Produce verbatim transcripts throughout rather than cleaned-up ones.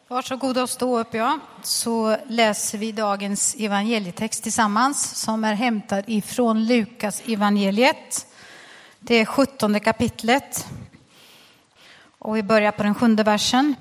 Varsågoda och stå upp, ja. Så läser vi dagens evangelietext tillsammans som är hämtad ifrån Lukas evangeliet. Det är sjuttonde kapitlet. Och vi börjar på den sjunde versen.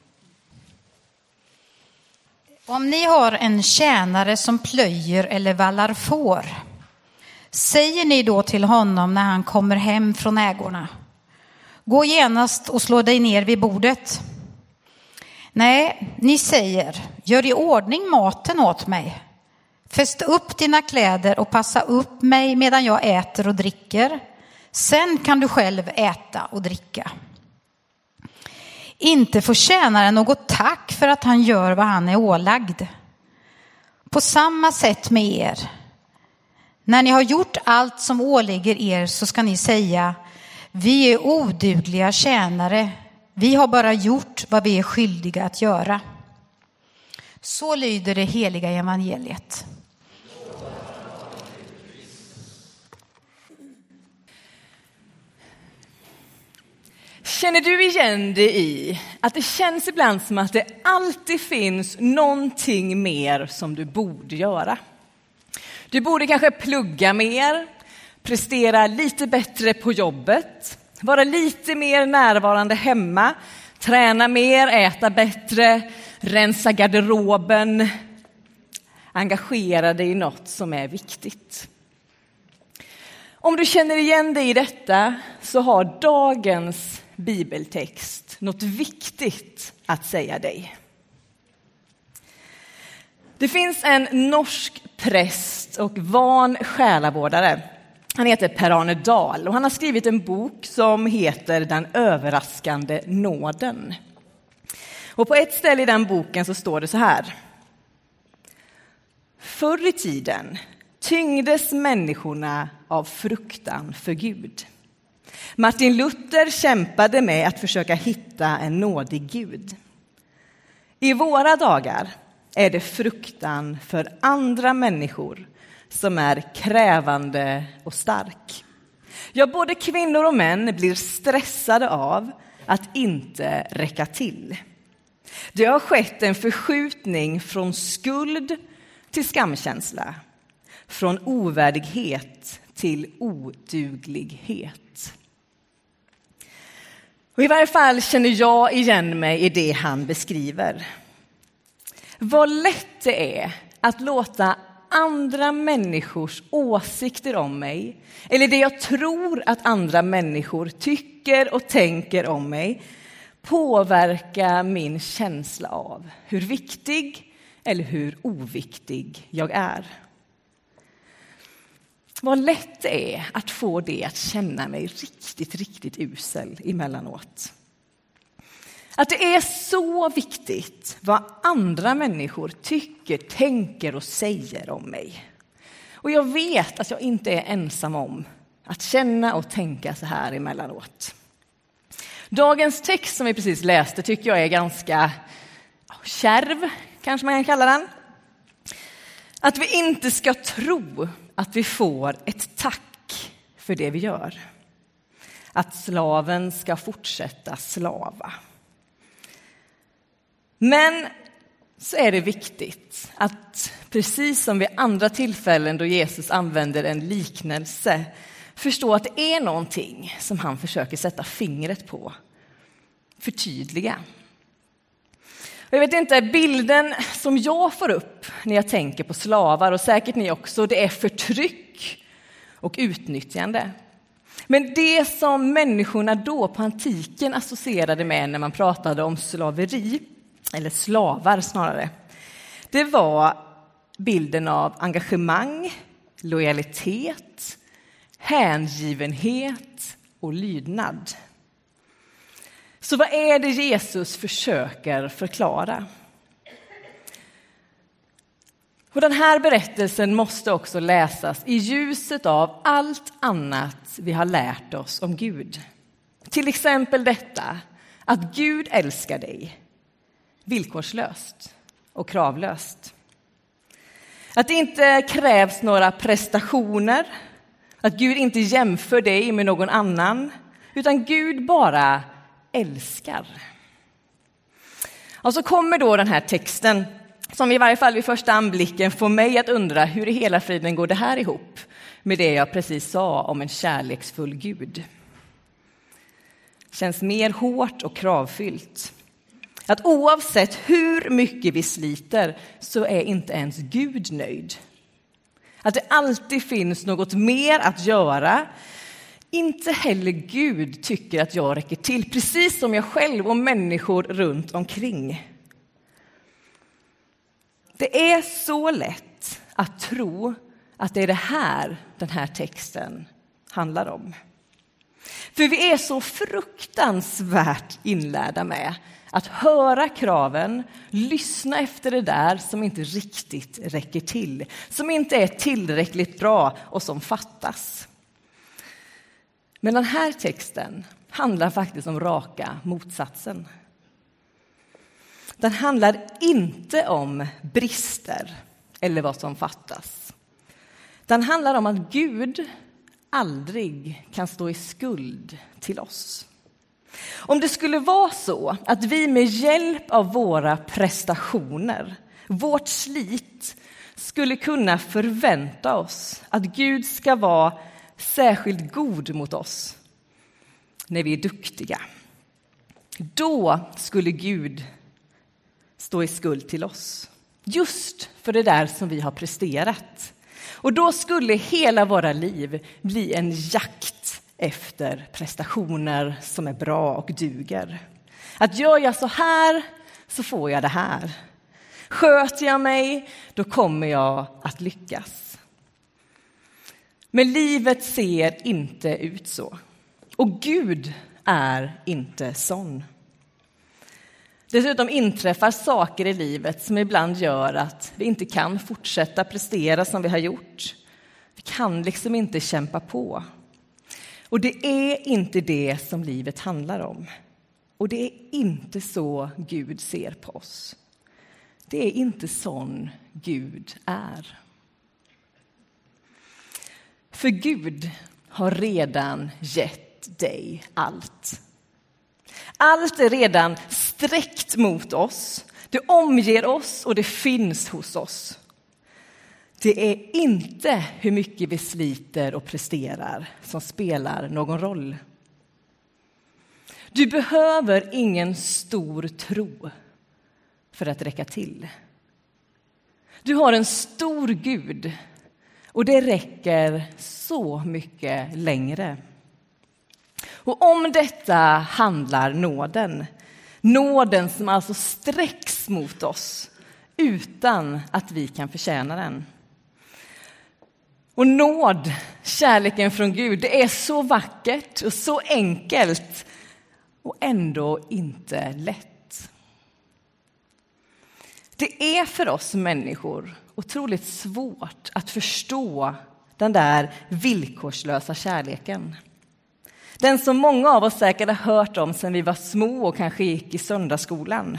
Om ni har en tjänare som plöjer eller vallar får, säger ni då till honom när han kommer hem från ägorna: gå genast och slå dig ner vid bordet. Nej, ni säger: gör i ordning maten åt mig. Fäst upp dina kläder och passa upp mig medan jag äter och dricker. Sen kan du själv äta och dricka. Inte får tjänaren något tack för att han gör vad han är ålagd. På samma sätt med er. När ni har gjort allt som åligger er så ska ni säga: vi är odugliga tjänare. Vi har bara gjort vad vi är skyldiga att göra. Så lyder det heliga evangeliet. Känner du igen dig i att det känns ibland som att det alltid finns någonting mer som du borde göra? Du borde kanske plugga mer, prestera lite bättre på jobbet, vara lite mer närvarande hemma, träna mer, äta bättre, rensa garderoben, engagera dig i något som är viktigt. Om du känner igen dig i detta så har dagens bibeltext något viktigt att säga dig. Det finns en norsk präst och van själavårdare. Han heter Per-Arne Dahl och han har skrivit en bok som heter Den överraskande nåden. Och på ett ställe i den boken så står det så här: förr i tiden tyngdes människorna av fruktan för Gud. Martin Luther kämpade med att försöka hitta en nådig Gud. I våra dagar är det fruktan för andra människor som är krävande och stark. Ja, både kvinnor och män blir stressade av att inte räcka till. Det har skett en förskjutning från skuld till skamkänsla, från ovärdighet till oduglighet. Och i varje fall känner jag igen mig i det han beskriver. Vad lätt det är att låta andra människors åsikter om mig, eller det jag tror att andra människor tycker och tänker om mig, påverka min känsla av hur viktig eller hur oviktig jag är. Vad lätt det är att få det att känna mig riktigt, riktigt usel emellanåt. Att det är så viktigt vad andra människor tycker, tänker och säger om mig. Och jag vet att jag inte är ensam om att känna och tänka så här emellanåt. Dagens text som vi precis läste tycker jag är ganska kärv, kanske man kan kalla den. Att vi inte ska tro att vi får ett tack för det vi gör. Att slaven ska fortsätta slava. Men så är det viktigt att, precis som vid andra tillfällen då Jesus använder en liknelse, förstå att det är någonting som han försöker sätta fingret på. Förtydliga. Jag vet inte, bilden som jag får upp när jag tänker på slavar, och säkert ni också, det är förtryck och utnyttjande. Men det som människorna då på antiken associerade med när man pratade om slaveri, eller slavar snarare, det var bilden av engagemang, lojalitet, hängivenhet och lydnad. Så vad är det Jesus försöker förklara? Och den här berättelsen måste också läsas i ljuset av allt annat vi har lärt oss om Gud. Till exempel detta, att Gud älskar dig villkorslöst och kravlöst. Att det inte krävs några prestationer, att Gud inte jämför dig med någon annan, utan Gud bara älskar. Och så kommer då den här texten som i varje fall vid första anblicken får mig att undra hur i hela friden går det här ihop med det jag precis sa om en kärleksfull Gud. Känns mer hårt och kravfyllt. Att oavsett hur mycket vi sliter så är inte ens Gud nöjd. Att det alltid finns något mer att göra. Inte heller Gud tycker att jag räcker till, precis som jag själv och människor runt omkring. Det är så lätt att tro att det är det här den här texten handlar om. För vi är så fruktansvärt inlärda med att höra kraven, lyssna efter det där som inte riktigt räcker till, som inte är tillräckligt bra och som fattas. Men den här texten handlar faktiskt om raka motsatsen. Den handlar inte om brister eller vad som fattas. Den handlar om att Gud aldrig kan stå i skuld till oss. Om det skulle vara så att vi med hjälp av våra prestationer, vårt slit, skulle kunna förvänta oss att Gud ska vara särskilt god mot oss när vi är duktiga, då skulle Gud stå i skuld till oss. Just för det där som vi har presterat. Och då skulle hela våra liv bli en jakt efter prestationer som är bra och duger. Att gör jag så här så får jag det här. Sköter jag mig, då kommer jag att lyckas. Men livet ser inte ut så. Och Gud är inte sån. Dessutom inträffar saker i livet som ibland gör att vi inte kan fortsätta prestera som vi har gjort. Vi kan liksom inte kämpa på. Och det är inte det som livet handlar om. Och det är inte så Gud ser på oss. Det är inte sån Gud är. För Gud har redan gett dig allt. Allt är redan sträckt mot oss. Det omger oss och det finns hos oss. Det är inte hur mycket vi sliter och presterar som spelar någon roll. Du behöver ingen stor tro för att räcka till. Du har en stor Gud och det räcker så mycket längre. Och om detta handlar nåden, nåden som alltså sträcks mot oss utan att vi kan förtjäna den. Och nåd, kärleken från Gud, det är så vackert och så enkelt och ändå inte lätt. Det är för oss människor otroligt svårt att förstå den där villkorslösa kärleken. Den som många av oss säkert har hört om sedan vi var små och kanske gick i söndagsskolan.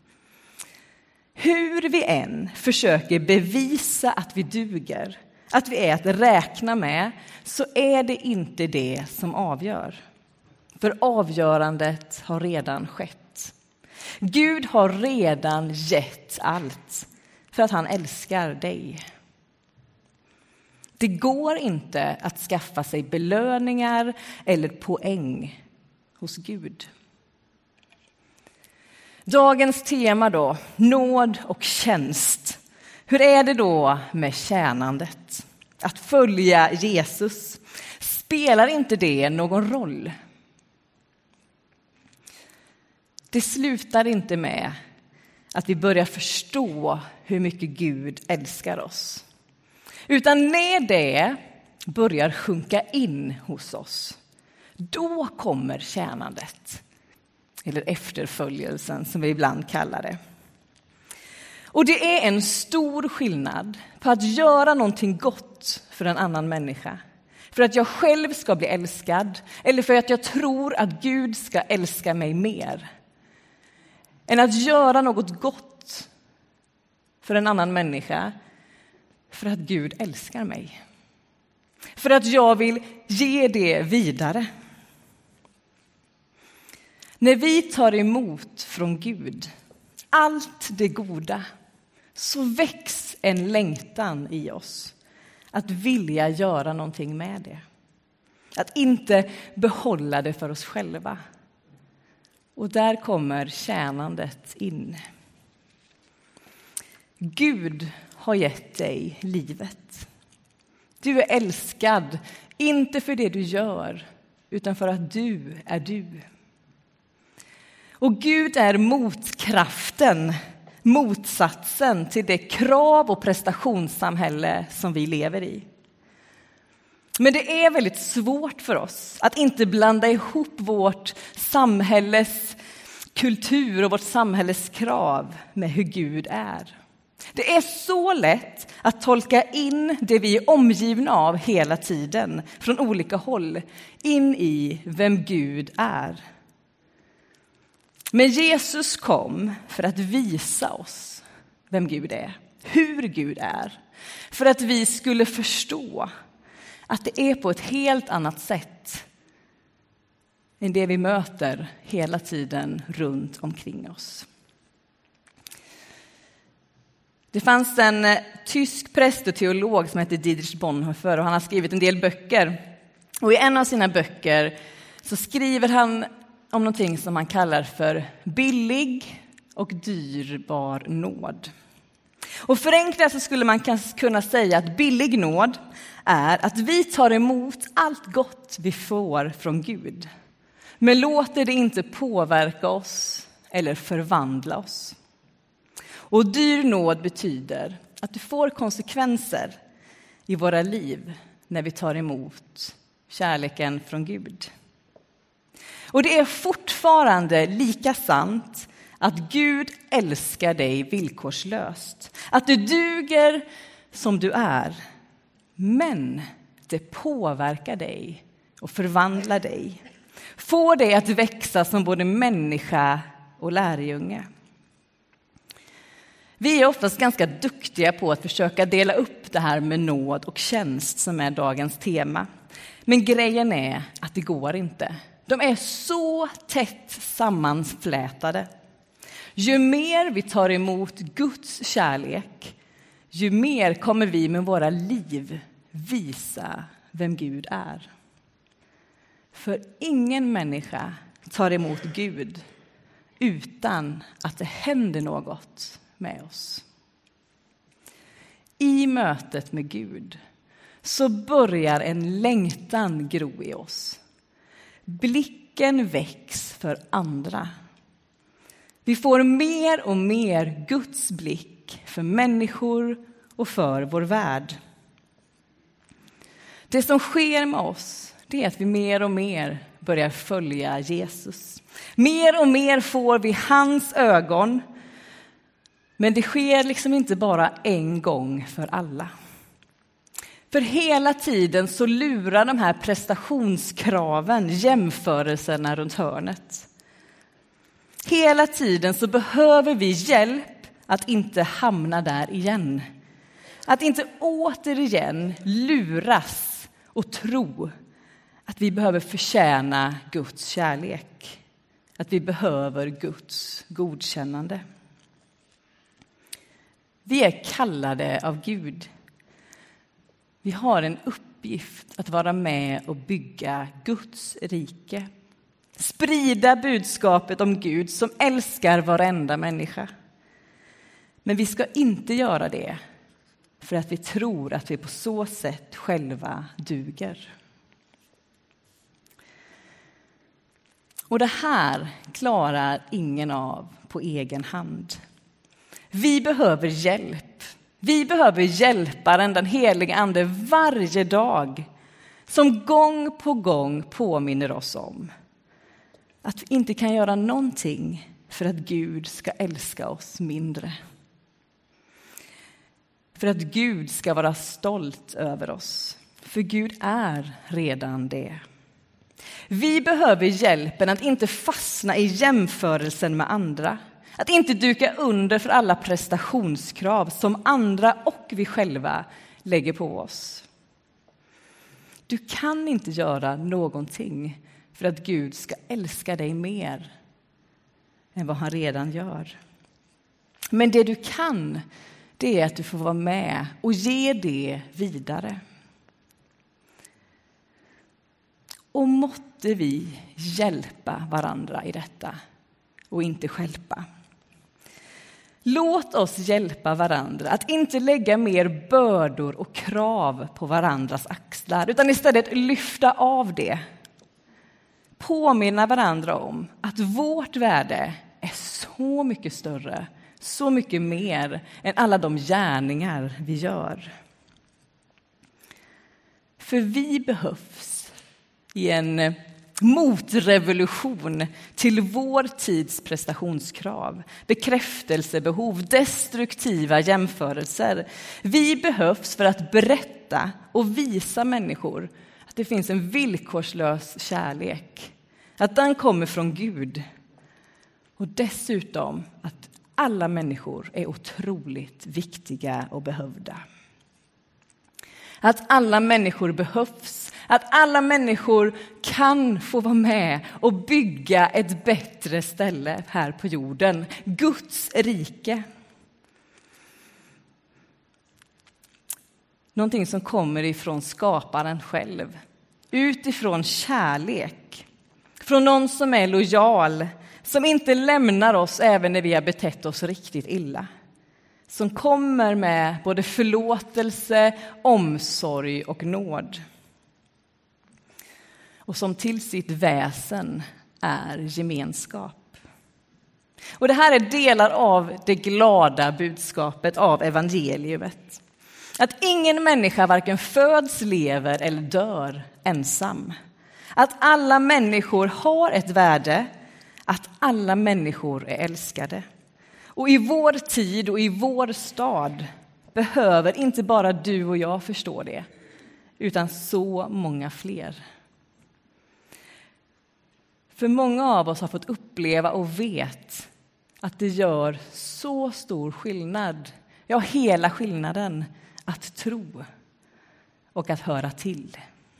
Hur vi än försöker bevisa att vi duger, att vi är att räkna med, så är det inte det som avgör. För avgörandet har redan skett. Gud har redan gett allt för att han älskar dig. Det går inte att skaffa sig belöningar eller poäng hos Gud. Dagens tema då, nåd och tjänst. Hur är det då med tjänandet? Att följa Jesus, spelar inte det någon roll? Det slutar inte med att vi börjar förstå hur mycket Gud älskar oss. Utan när det börjar sjunka in hos oss, då kommer tjänandet. Eller efterföljelsen som vi ibland kallar det. Och det är en stor skillnad på att göra någonting gott för en annan människa. För att jag själv ska bli älskad. Eller för att jag tror att Gud ska älska mig mer. Än att göra något gott för en annan människa. För att Gud älskar mig. För att jag vill ge det vidare. När vi tar emot från Gud allt det goda, så väcks en längtan i oss att vilja göra någonting med det. Att inte behålla det för oss själva. Och där kommer tjänandet in. Gud har gett dig livet. Du är älskad, inte för det du gör, utan för att du är du. Och Gud är motkraften, motsatsen till det krav- och prestationssamhälle som vi lever i. Men det är väldigt svårt för oss att inte blanda ihop vårt samhälles kultur och vårt samhälles krav med hur Gud är. Det är så lätt att tolka in det vi är omgivna av hela tiden, från olika håll, in i vem Gud är. Men Jesus kom för att visa oss vem Gud är, hur Gud är, för att vi skulle förstå att det är på ett helt annat sätt än det vi möter hela tiden runt omkring oss. Det fanns en tysk präst och teolog som heter Dietrich Bonhoeffer, och han har skrivit en del böcker. Och i en av sina böcker så skriver han om någonting som han kallar för billig och dyrbar nåd. Och förenklat så skulle man kunna säga att billig nåd är att vi tar emot allt gott vi får från Gud, men låter det inte påverka oss eller förvandla oss. Och dyr nåd betyder att det får konsekvenser i våra liv när vi tar emot kärleken från Gud. Och det är fortfarande lika sant att Gud älskar dig villkorslöst. Att du duger som du är. Men det påverkar dig och förvandlar dig. Får dig att växa som både människa och lärjunge. Vi är oftast ganska duktiga på att försöka dela upp det här med nåd och tjänst som är dagens tema. Men grejen är att det går inte. De är så tätt sammanflätade. Ju mer vi tar emot Guds kärlek, ju mer kommer vi med våra liv visa vem Gud är. För ingen människa tar emot Gud utan att det händer något med oss. I mötet med Gud så börjar en längtan gro i oss. Blicken väcks för andra. Vi får mer och mer Guds blick för människor och för vår värld. Det som sker med oss, det är att vi mer och mer börjar följa Jesus. Mer och mer får vi hans ögon. Men det sker liksom inte bara en gång för alla. För hela tiden så lurar de här prestationskraven, jämförelserna runt hörnet. Hela tiden så behöver vi hjälp att inte hamna där igen. Att inte återigen luras och tro att vi behöver förtjäna Guds kärlek. Att vi behöver Guds godkännande. Vi är kallade av Gud. Vi har en uppgift att vara med och bygga Guds rike. Sprida budskapet om Gud som älskar varenda människa. Men vi ska inte göra det för att vi tror att vi på så sätt själva duger. Och det här klarar ingen av på egen hand. Vi behöver hjälp. Vi behöver hjälparen, den heliga ande, varje dag. Som gång på gång påminner oss om att vi inte kan göra någonting för att Gud ska älska oss mindre. För att Gud ska vara stolt över oss. För Gud är redan det. Vi behöver hjälpen att inte fastna i jämförelsen med andra. Att inte duka under för alla prestationskrav som andra och vi själva lägger på oss. Du kan inte göra någonting för att Gud ska älska dig mer än vad han redan gör. Men det du kan, det är att du får vara med och ge det vidare. Och måtte vi hjälpa varandra i detta och inte stjälpa. Låt oss hjälpa varandra att inte lägga mer bördor och krav på varandras axlar, utan istället lyfta av det. Påminna varandra om att vårt värde är så mycket större, så mycket mer än alla de gärningar vi gör. För vi behövs i en motrevolution till vår tids prestationskrav, bekräftelsebehov, destruktiva jämförelser. Vi behövs för att berätta och visa människor att det finns en villkorslös kärlek, att den kommer från Gud, och dessutom att alla människor är otroligt viktiga och behövda. Att alla människor behövs, att alla människor kan få vara med och bygga ett bättre ställe här på jorden, Guds rike. Någonting som kommer ifrån skaparen själv, utifrån kärlek, från någon som är lojal, som inte lämnar oss även när vi har betett oss riktigt illa. Som kommer med både förlåtelse, omsorg och nåd. Och som till sitt väsen är gemenskap. Och det här är delar av det glada budskapet av evangeliet. Att ingen människa varken föds, lever eller dör ensam. Att alla människor har ett värde, att alla människor är älskade. Och i vår tid och i vår stad behöver inte bara du och jag förstå det, utan så många fler. För många av oss har fått uppleva och vet att det gör så stor skillnad, ja hela skillnaden, att tro och att höra till.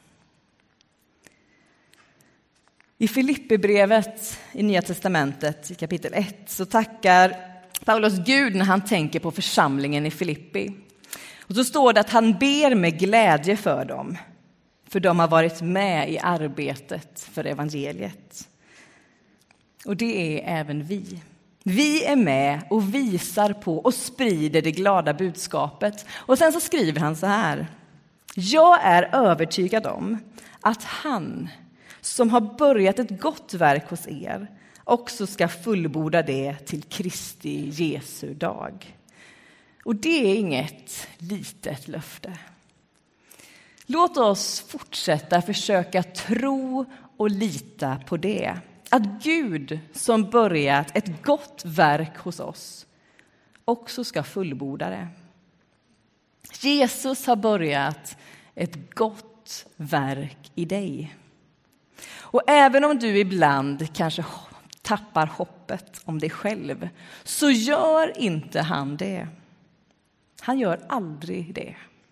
I Filippibrevet i Nya testamentet i kapitel ett så tackar Paulus Gud när han tänker på församlingen i Filippi. Och så står det att han ber med glädje för dem, för de har varit med i arbetet för evangeliet. Och det är även vi. Vi är med och visar på och sprider det glada budskapet. Och sen så skriver han så här: jag är övertygad om att han som har börjat ett gott verk hos er också ska fullborda det till Kristi Jesu dag. Och det är inget litet löfte. Låt oss fortsätta försöka tro och lita på det. Att Gud som börjat ett gott verk hos oss också ska fullborda det. Jesus har börjat ett gott verk i dig. Och även om du ibland kanske tappar hoppet om dig själv, så gör inte han det. Han gör aldrig det.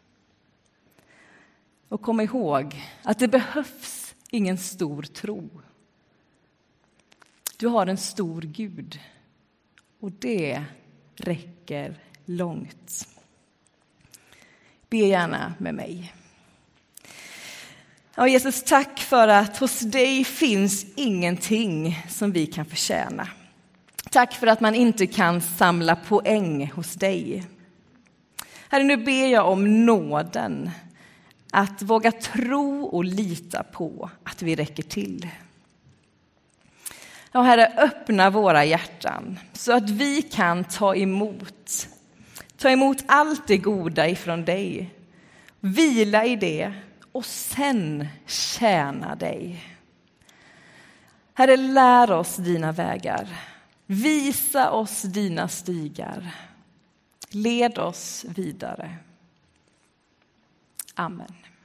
Och kom ihåg att det behövs ingen stor tro. Du har en stor Gud, och det räcker långt. Be gärna med mig. Ja, Jesus, tack för att hos dig finns ingenting som vi kan förtjäna. Tack för att man inte kan samla poäng hos dig. Herre, nu ber jag om nåden att våga tro och lita på att vi räcker till. Ja, Herre, öppna våra hjärtan så att vi kan ta emot. Ta emot allt det goda ifrån dig. Vila i det och sen tjäna dig. Herre, lär oss dina vägar. Visa oss dina stigar. Led oss vidare. Amen.